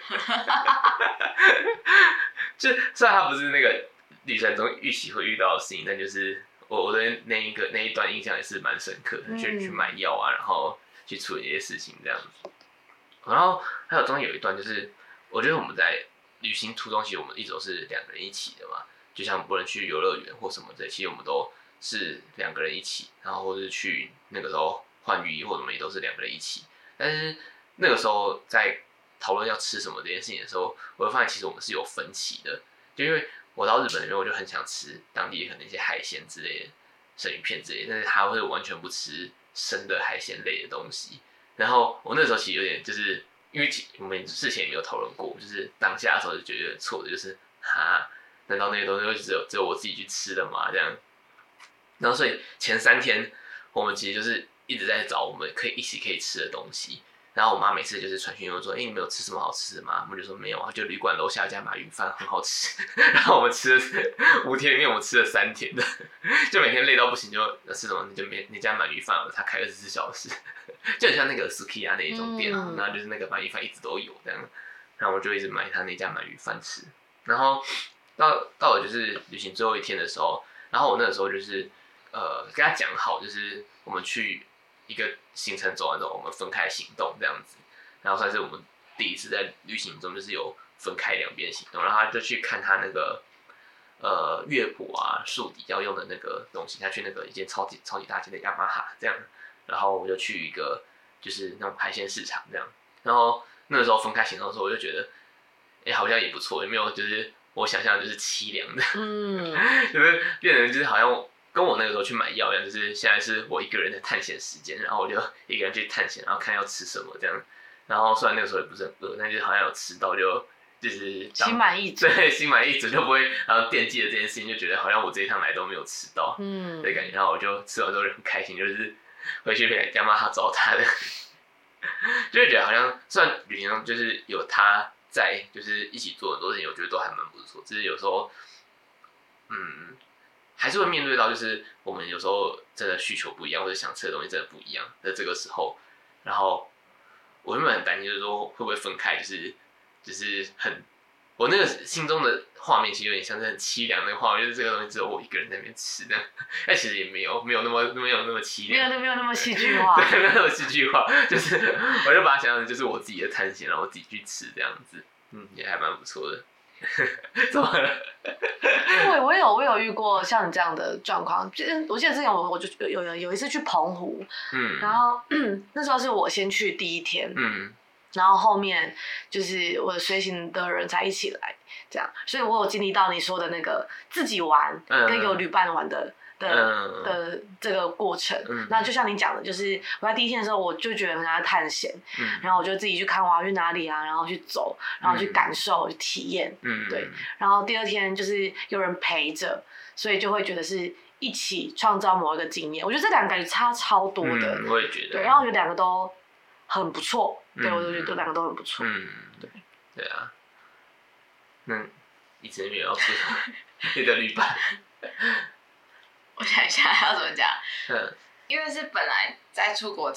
就虽然他不是那个旅程中预期会遇到的事情，但就是我我对那一个那一段印象也是蛮深刻的，嗯、去去买药啊，然后去处理这些事情这样子。然后还有中间有一段就是，我觉得我们在旅行途中，其实我们一直都是两个人一起的嘛，就像不论去游乐园或什么的，其实我们都。是两个人一起，然后或是去那个时候换浴衣或什么也都是两个人一起。但是那个时候在讨论要吃什么这件事情的时候，我会发现其实我们是有分歧的。就因为我到日本那边，我就很想吃当地可能一些海鲜之类的生鱼片之类的，但是他会完全不吃生的海鲜类的东西。然后我那时候其实有点就是因为我们事前也没有讨论过，就是当下的时候就觉得有点错的，就是哈，难道那些东西会只有只有我自己去吃的吗？这样。然后所以前三天我们其实就是一直在找我们可以一起可以吃的东西。然后我妈每次就是传讯问说：“哎、欸，你们有吃什么好吃的吗？”我们就说没有啊，就旅馆楼下一家鳗鱼饭很好吃。然后我们吃了五天里面，我们吃了三天的，就每天累到不行，就吃什么你就没那家鳗鱼饭，它开二十四小时，就很像那个 Sukiya 那一种店，嗯、然后就是那个鳗鱼饭一直都有这样。然后我就一直买他那家鳗鱼饭吃。然后到到了就是旅行最后一天的时候，然后我那个时候就是。呃，跟他讲好，就是我们去一个行程走完之后，我们分开行动这样子，然后算是我们第一次在旅行中就是有分开两边行动，然后他就去看他那个呃乐谱啊、竖笛要用的那个东西，他去那个一间超级超级大间的雅马哈这样，然后我就去一个就是那种海鲜市场这样，然后那个时候分开行动的时候，我就觉得，哎、欸，好像也不错，也没有就是我想象的就是凄凉的，嗯，就是变成就是好像。跟我那个时候去买药一样，就是现在是我一个人的探险时间，然后我就一个人去探险，然后看要吃什么这样。然后虽然那个时候也不是很饿，但是好像有吃到就就是心满意足， 对，心满意足就不会然后惦记了这件事情，就觉得好像我这一趟来都没有吃到，嗯，的感觉。然后我就吃完之后就很开心，就是回去陪亚妈他找他的，就会觉得好像虽然旅行中就是有他在，就是一起做很多事情，我觉得都还蛮不错。只是有时候，嗯。还是会面对到，就是我们有时候真的需求不一样，或者想吃的东西真的不一样的这个时候，然后我原本很担心，就是说会不会分开，就是就是很，我那个心中的画面其实有点像是很凄凉的画面，就是这个东西只有我一个人在那边吃的，但其实也没有没有那么没有那么凄凉， 没有没有那么戏剧化， 对，没有那么戏剧化，就是我就把它想象成就是我自己的探险，然后我自己去吃这样子，嗯，也还蛮不错的。怎么了？ 我我有我有遇过像你这样的状况，我记得之前我我就有有有一次去澎湖，嗯，然后那时候是我先去第一天，嗯，然后后面就是我的随行的人才一起来，这样，所以我有经历到你说的那个自己玩跟有旅伴玩的。的、嗯、的这个过程，嗯、那就像你讲的，就是我在第一天的时候，我就觉得很爱探险，嗯、然后我就自己去看我要去哪里啊，然后去走，然后去感受、嗯、去体验，嗯、对。然后第二天就是有人陪着，所以就会觉得是一起创造某一个经验。我觉得这两个感觉差超多的， 嗯、我也觉得。 对，然后我觉得两个都很不错，嗯、对，我就觉得两个都很不错。嗯，对， 对啊。那一直没有要说你的旅伴。 我想一下要怎么讲，嗯，因为是本来在出国前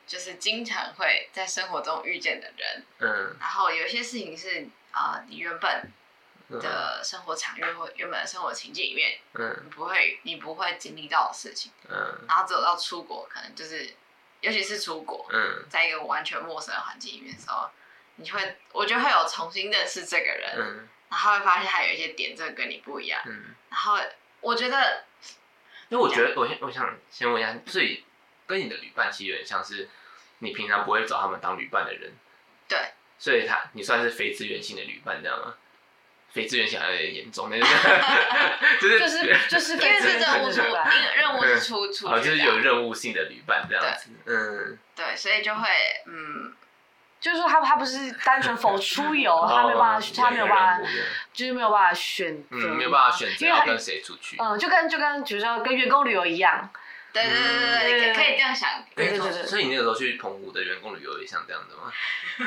就是经常会在生活中遇见的人，嗯，然后有一些事情是啊、呃，你原本的生活场域或原本的生活情境里面，嗯，你不会你不会经历到的事情，嗯，然后只有到出国，可能就是尤其是出国，嗯，在一个完全陌生的环境里面的时候，你会我觉得会有重新认识这个人，嗯，然后会发现他有一些点真的跟你不一样，嗯，然后我觉得， 因为我觉得我先我想先问一下，所以跟你的旅伴其实有点像是你平常不会找他们当旅伴的人， 对， 所以他你算是非自愿性的旅伴这样吗？非自愿性好像有点严重，那就是就是就是因为是任务出，任务是出出， 哦，就是有任务性的旅伴这样子，嗯， 对，所以就会嗯， 就是说他他不是单纯否出游，他没有办法，他没有办法，就是没有办法选择， 嗯，没有办法选择要跟谁出去， 嗯，就跟就跟比如说跟员工旅游一样。 对对对对对，可以这样想。 对对对， 所以你那个时候去澎湖的员工旅游也像这样的吗？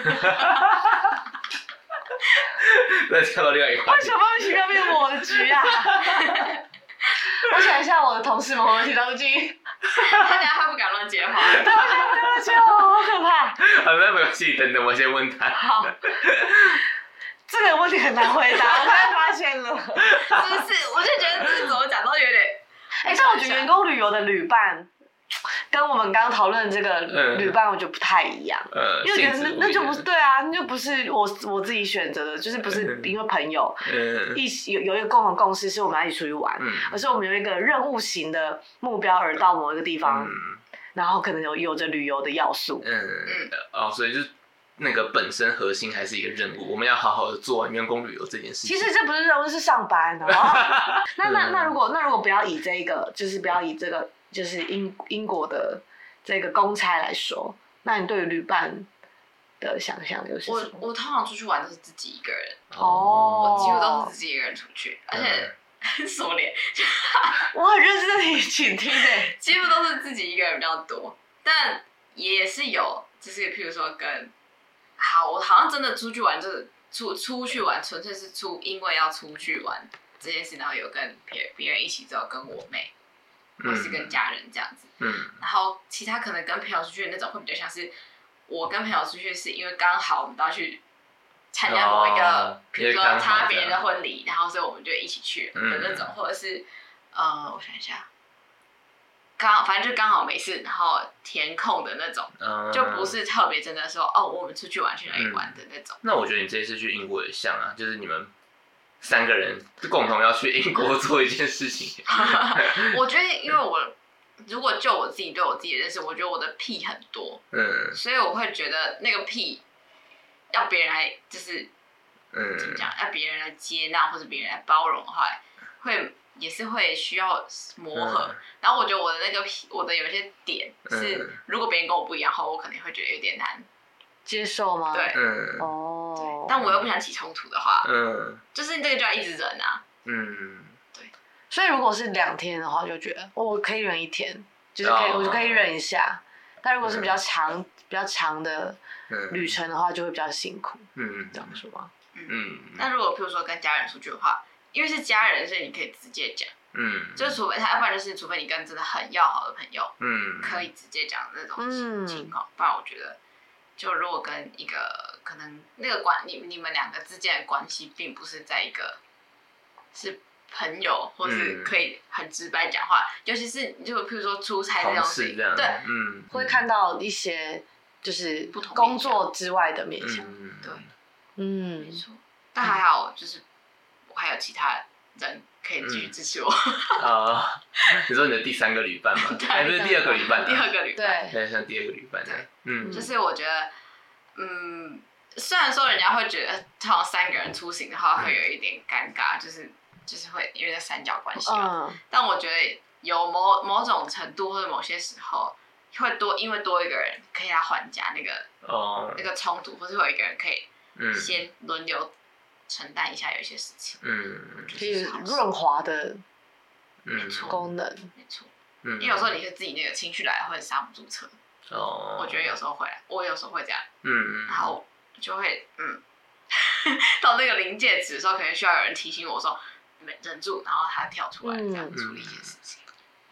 那跳到另外一个话题。 为什么会奇妙变我的局啊？我想一下，我的同事们会不会听到进？ 大家会不敢乱接话。 对，不敢乱接话，好可怕。 好，那没关系，等等我先问他。 好。这个问题很难回答，我刚才发现了。 是不是？我就觉得这是怎么讲都有点。 哎、欸，但我觉得员工旅游的旅伴，跟我们刚刚讨论的这个旅伴，我觉得不太一样。呃，因为我觉得那那就不是对啊，那就不是我我自己选择的，就是不是因为朋友一起有有一个共同共识，是我们要一起出去玩，嗯、而是我们有一个任务型的目标而到某一个地方，嗯、然后可能有有着旅游的要素。 嗯嗯，哦，所以就。那个本身核心还是一个任务，我们要好好的做完员工旅游这件事情。 其实这不是任务，是上班。那那那如果那如果不要以这个，就是不要以这个就是英英国的这个公差来说，那你对于旅伴的想象又是什么？ 我我通常出去玩都是自己一个人， 哦， 我几乎都是自己一个人出去，而且锁脸， 我很认真的倾听诶， 几乎都是自己一个人比较多，但也是有，就是譬如说跟。好，我好像真的出去玩，就是出出去玩，纯粹是出因为要出去玩这件事，然后有跟别别人一起之后，跟我妹，或是跟家人这样子。嗯。然后其他可能跟朋友出去的那种，会比较像是我跟朋友出去，是因为刚好我们都要去参加某一个，比如说参加别人的婚礼，然后所以我们就一起去的那种，或者是呃，我想一下。刚反正就刚好没事，然后填空的那种，嗯、就不是特别真的说哦，我们出去玩去哪里玩的那种、嗯。 那我觉得你这一次去英国也像啊，就是你们三个人共同要去英国做一件事情。 我觉得，因为我如果就我自己对我自己的认识，我觉得我的癖很多，嗯，所以我会觉得那个癖要别人来就是，嗯，怎么讲？要别人来接纳或者别人来包容的话，会。也是会需要磨合，嗯、然后我觉得我的那个我的有一些点是，嗯、如果别人跟我不一样后，我可能会觉得有点难接受吗？ 对，嗯、哦，但我又不想起冲突的话，嗯，就是这个就要一直忍啊，嗯，对， 所以如果是两天的话，就觉得我可以忍一天，就是可以，哦、我就可以忍一下，但如果是比较长、嗯、比较长的旅程的话，就会比较辛苦，嗯，这样说吗？ 嗯，那如果譬如说跟家人出去的话。因为是家人，所以你可以直接讲，嗯，就是除非他，要不然就是除非你跟真的很要好的朋友，嗯，可以直接讲那种情况，嗯、不然我觉得，就如果跟一个可能那个关你你们两个之间的关系，并不是在一个是朋友，或是可以很直白讲话，嗯、尤其是就譬如说出差这种事情，对， 嗯，会看到一些就是工作之外的面向， 嗯、对，嗯，没错，但还好就是。还有其他人可以继续支持我。 啊、嗯，你说你的第三个旅伴吗？还不是第二个旅伴、啊？ 第二个旅伴， 对，像第二个旅伴。 对，嗯，就是我觉得，嗯，虽然说人家会觉得，通常三个人出行的话会有一点尴尬，就是就是会因为那三角关系嘛。嗯、但我觉得有某某种程度或者某些时候，会多因为多一个人可以来缓解那个哦那个冲突，或是有一个人可以先轮流。承担一下有一些事情，嗯， 可以润滑的， 没错， 功能， 没错，嗯，因为有时候你是自己那个情绪来会刹不住车，哦，我觉得有时候会，我有时候会这样，嗯，然后就会，嗯，到那个临界值的时候，可能需要有人提醒我说，忍住，然后他跳出来这样处理一些事情，没错。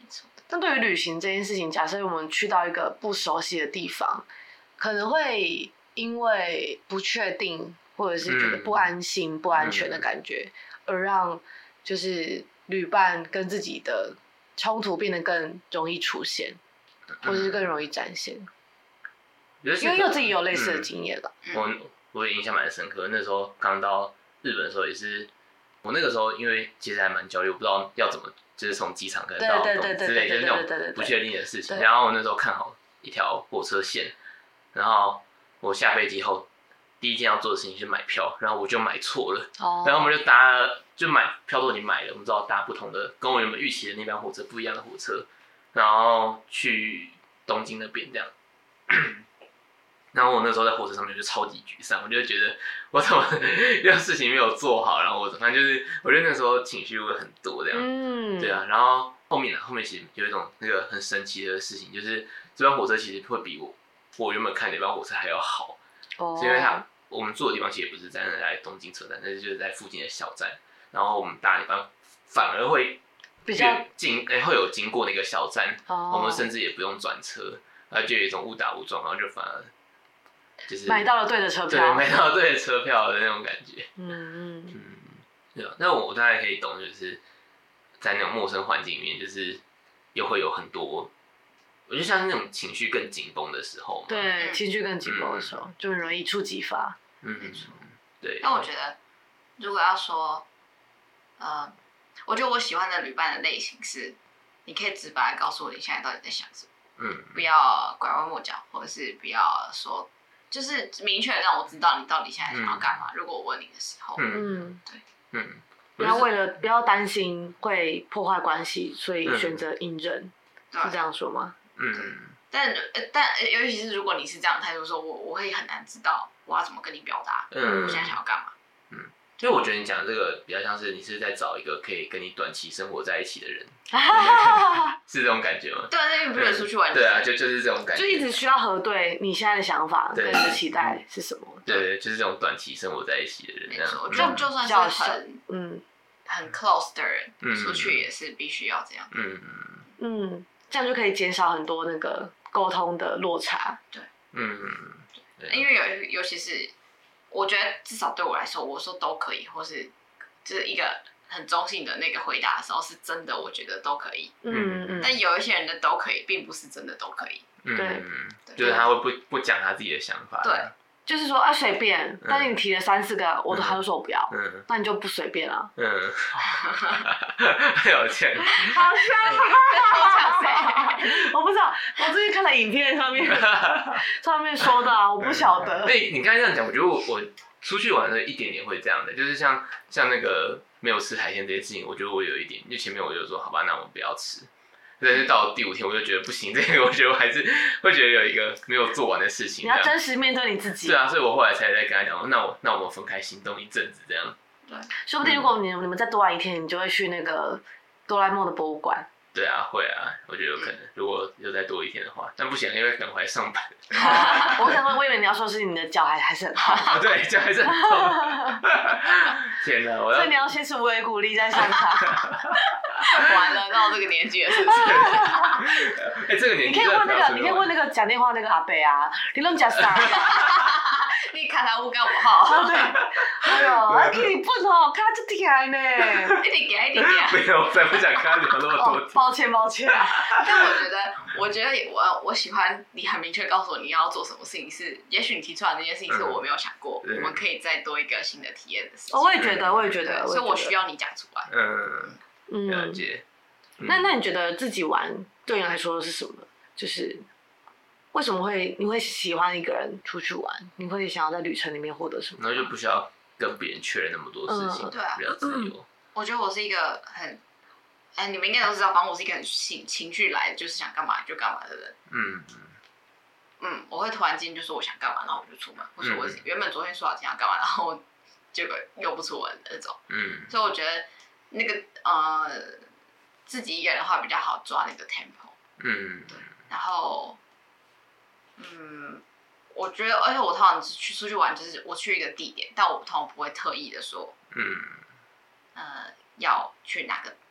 但对于旅行这件事情，假设我们去到一个不熟悉的地方，可能会因为不确定或者是觉得不安心、嗯、不安全的感觉，而让就是旅伴跟自己的冲突变得更容易出现，或者是更容易展现。因为我自己有类似的经验了、 嗯。我我也印象蛮深刻，那时候刚到日本的时候也是，我那个时候因为其实还蛮焦虑，我不知道要怎么。就是从机场可能到东之类，就是那种不确定的事情。然后我那时候看好一条火车线，然后我下飞机后第一件要做的事情是买票，然后我就买错了。Oh. 然后我们就搭就买票都已经买了，我们知道搭不同的跟我原本预期的那班火车不一样的火车，然后去东京那边这样。然后我那时候在火车上面就超级沮丧，我就觉得我怎么有事情没有做好，然后我反正就是我觉得那时候情绪会很多这样，嗯，对啊。然后后面呢，后面其实有一种那个很神奇的事情，就是这班火车其实会比我我原本看的那班火车还要好，哦，是因为它我们住的地方其实也不是在那来东京车站，但是就是在附近的小站，然后我们搭那班反而会比较经哎、欸、会有经过那个小站，哦，我们甚至也不用转车，然后就有一种误打误撞，然后就反而。就是买到了对的车票， 对，买到了对的车票的那种感觉。嗯嗯嗯，对啊。那我我大概可以懂，就是在那种陌生环境里面，就是又会有很多，我就像那种情绪更紧绷的时候嘛。 对，情绪更紧绷的时候，嗯、就很容易一触即发。 嗯，没错。对。 但我觉得，如果要说，呃，我觉得我喜欢的旅伴的类型是，你可以直白地告诉我你现在到底在想什么，嗯，不要拐弯抹角，或者是不要说。就是明确让我知道你到底现在想要干嘛。嗯、如果我问你的时候，嗯，对， 嗯，不要为了不要担心会破坏关系，所以选择隐忍，嗯、是这样说吗？ 嗯，但但尤其是如果你是这样的态度，说我我会很难知道我要怎么跟你表达，嗯，我现在想要干嘛。 嗯，所以我觉得你讲的这个比较像是你是在找一个可以跟你短期生活在一起的人。是这种感觉吗？ 对，那因为不能出去玩。 对啊，就就是这种感觉。 就一直需要核对你现在的想法跟你的期待是什么。 对对，就是这种短期生活在一起的人。 没错，就就算是很嗯很 close 的人，出去也是必须要这样。嗯嗯，这样就可以减少很多那个沟通的落差。 对，嗯嗯，因为有尤其是我觉得至少对我来说，我说都可以，或是就是一个。很中性的那个回答的时候，是真的，我觉得都可以。嗯嗯。但有一些人的都可以，并不是真的都可以。 嗯，对，就是他会不不讲他自己的想法。 对，就是说啊随便，但是你提了三四个，我都他就说我不要，嗯，那你就不随便了。嗯。 很有钱。 好香啊！我不知道，我最近看了影片上面上面说的，我不晓得。 哎，你刚才这样讲，我觉得我我出去玩的一点点会这样的，就是像像那个。没有吃海鲜这些事情，我觉得我有一点，因为前面我就说好吧，那我们不要吃。但是到第五天，我就觉得不行，这个我觉得我还是会觉得有一个没有做完的事情。 你要真实面对你自己。 对啊，所以我后来才在跟他讲，那我那我们分开行动一阵子这样。 对，说不定如果你、嗯、你们再多玩一天，你就会去那个哆啦 A 梦的博物馆。 对啊，会啊，我觉得有可能。如果又再多一天的话，但不行，因为可能我还上班。 哦、我想说，我以为你要说是你的脚还还是很痛。 啊、对，脚还是很痛。天哪，我要。 所以你要先是无为鼓励再上场。 完了，到这个年纪了，是不是？ 哎、欸，这个年纪。 你可以问那个，你可以问那个讲电话那个阿伯啊，你拢讲啥？ 你看他有干五号。 对。哎呦，啊，去日本吼，脚足疼呢。 一直行，一直行。 没有，我才不想跟他聊那么多。 哦、抱歉，抱歉。 但我觉得，我觉得我我喜欢你很明确告诉我你要做什么事情是，也许你提出来的那件事情是我没有想过，嗯、我们可以再多一个新的体验的事情。 哦，我也觉得，我也觉得， 所以我需要你讲出来。 嗯嗯，了解。 嗯、那那你觉得自己玩对你来说是什么？就是为什么会你会喜欢一个人出去玩？你会想要在旅程里面获得什么？ 然后就不需要跟别人确认那么多事情，嗯、对啊，比较自由。嗯、 我觉得我是一个很，哎，你们应该都知道，反正我是一个很情情绪来，就是想干嘛就干嘛的人。嗯嗯。嗯，我会突然间就说我想干嘛，然后我就出门，或者我原本昨天说好今天要干嘛，然后结果又不出门的那种。嗯。所以我觉得那个呃。自己一个人的话比较好抓那个 tempo， 嗯，对，然后，嗯，我觉得，而且我通常去出去玩，就是我去一个地点，但我通常不会特意的说，嗯，呃，要去哪个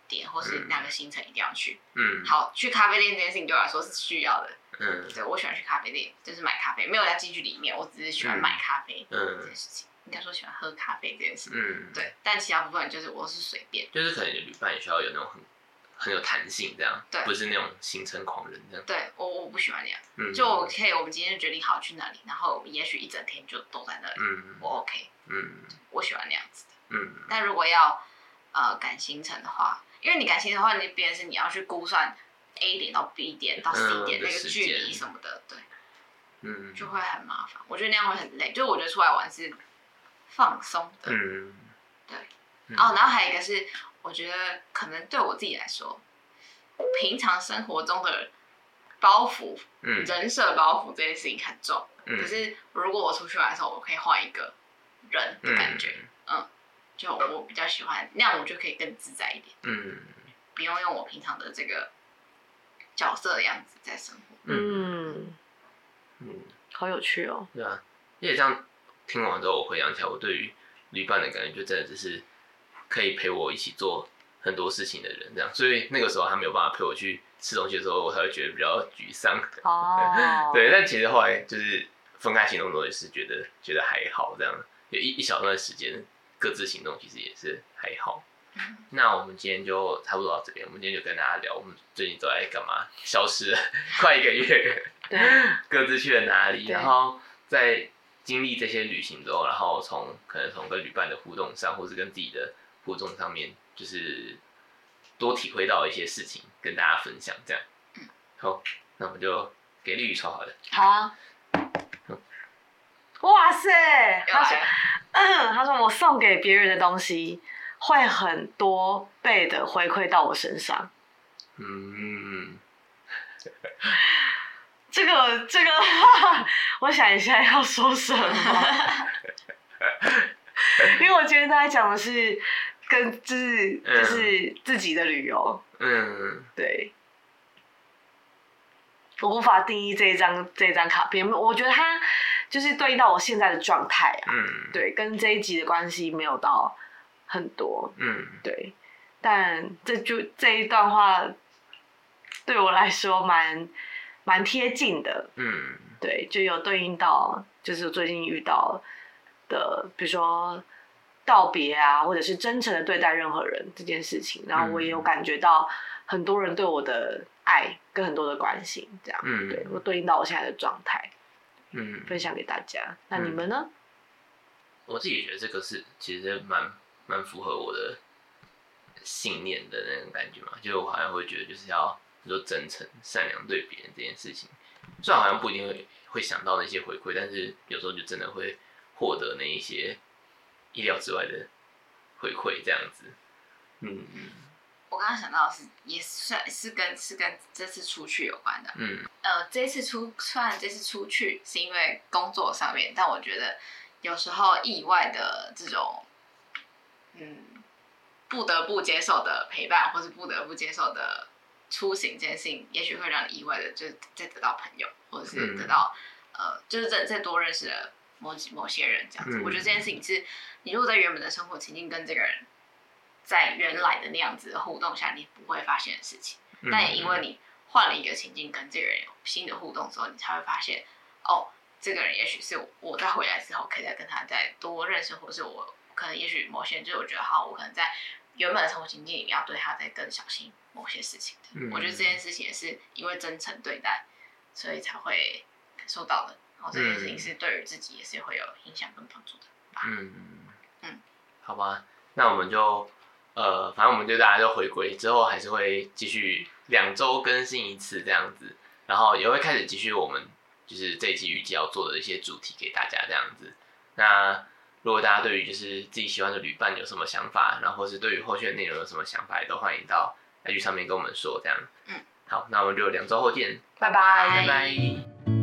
点，或是哪个行程一定要去。 嗯， 好，去咖啡店这件事情对我来说是需要的。 嗯， 对，我喜欢去咖啡店，就是买咖啡，没有在进去里面，我只是喜欢买咖啡。嗯，这件事情应该说喜欢喝咖啡这件事。嗯，对，但其他部分就是我是随便。 就是可能你的旅伴也需要有那种很很有弹性，这样，对，不是那种行程狂人这样。 对，我我不喜欢那样。嗯，就我可以，我们今天就决定好去哪里，然后我们也许一整天就都在那里。嗯，我 OK。嗯，我喜欢那样子的。嗯，但如果要呃赶行程的话，因为你赶行程的话，那边是你要去估算 A 点到 B 点到 C 点那个距离什么的，对，嗯，就会很麻烦。我觉得那样会很累。就是我觉得出来玩是放松的。嗯，对。哦，然后还有一个是，我觉得可能对我自己来说，平常生活中的包袱，嗯，人设包袱这件事情很重。嗯，可是如果我出去玩的时候，我可以换一个人的感觉，嗯, 嗯，就我比较喜欢那样，我就可以更自在一点，嗯，不用用我平常的这个角色的样子在生活， 嗯嗯，好有趣哦。 对啊，因为这样听完之后，我回想起来，我对于旅伴的感觉，就真的只是可以陪我一起做很多事情的人，这样，所以那个时候他没有办法陪我去吃东西的时候，我才会觉得比较沮丧。哦，对，但其实后来就是分开行动之后，也是觉得觉得还好，这样。有一一小段时间各自行动，其实也是还好。嗯、那我们今天就差不多到这边，我们今天就跟大家聊我们最近都在干嘛，消失了快一个月，各自去了哪里，然后在经历这些旅行之后，然后从可能从跟旅伴的互动上，或是跟自己的互动上面，就是多体会到一些事情，跟大家分享这样。嗯，好，那我们就给丽宇抽好了。 好啊。哇塞！他说，嗯，他说我送给别人的东西会很多倍的回馈到我身上。嗯，这个这个，我想一下要说什么，因为我今天在讲的是跟就是就是自己的旅游。嗯，对。我无法定义这一张这一张卡片，我觉得它就是对应到我现在的状态啊。嗯，对，跟这一集的关系没有到很多。嗯，对，但这就这一段话对我来说蛮蛮贴近的。嗯，对，就有对应到就是我最近遇到的，比如说道别啊，或者是真诚的对待任何人这件事情，然后我也有感觉到很多人对我的爱跟很多的关心，这样，嗯，对，我对应到我现在的状态，嗯，分享给大家。那你们呢？嗯、 我自己觉得这个是其实蛮蛮符合我的信念的那种感觉嘛，就我好像会觉得就是要比如说真诚、善良对别人这件事情，虽然好像不一定会会想到那些回馈，但是有时候就真的会获得那一些意料之外的回馈，这样子，嗯。 我刚刚想到的是，也算是跟是跟这次出去有关的。嗯，呃，这次出虽然这次出去是因为工作上面，但我觉得有时候意外的这种，嗯，不得不接受的陪伴，或是不得不接受的出行这件事情，也许会让你意外的，就是再得到朋友，或者是得到、嗯、呃，就是再再多认识了某某些人这样子。嗯、我觉得这件事情是，你如果在原本的生活情境跟这个人。在原来的那样子的互动下，你不会发现的事情，嗯、但也因为你换了一个情境，跟这个人有新的互动之后，你才会发现，哦，这个人也许是我在回来之后可以再跟他再多认识，或是我可能也许某些人就是我觉得好，我可能在原本的生活情境里面要对他再更小心某些事情的。嗯、我觉得这件事情也是因为真诚对待，所以才会感受到的。然后这件事情是对于自己也是会有影响跟帮助的吧。嗯嗯，好吧，那我们就。呃，反正我们就大家就回归之后，还是会继续两周更新一次这样子，然后也会开始继续我们就是这一期预计要做的一些主题给大家这样子。那如果大家对于就是自己喜欢的旅伴有什么想法，然后或是对于后续的内容有什么想法，也都欢迎到 I G 上面跟我们说这样。嗯，好，那我们就两周后见， 拜拜， 拜拜。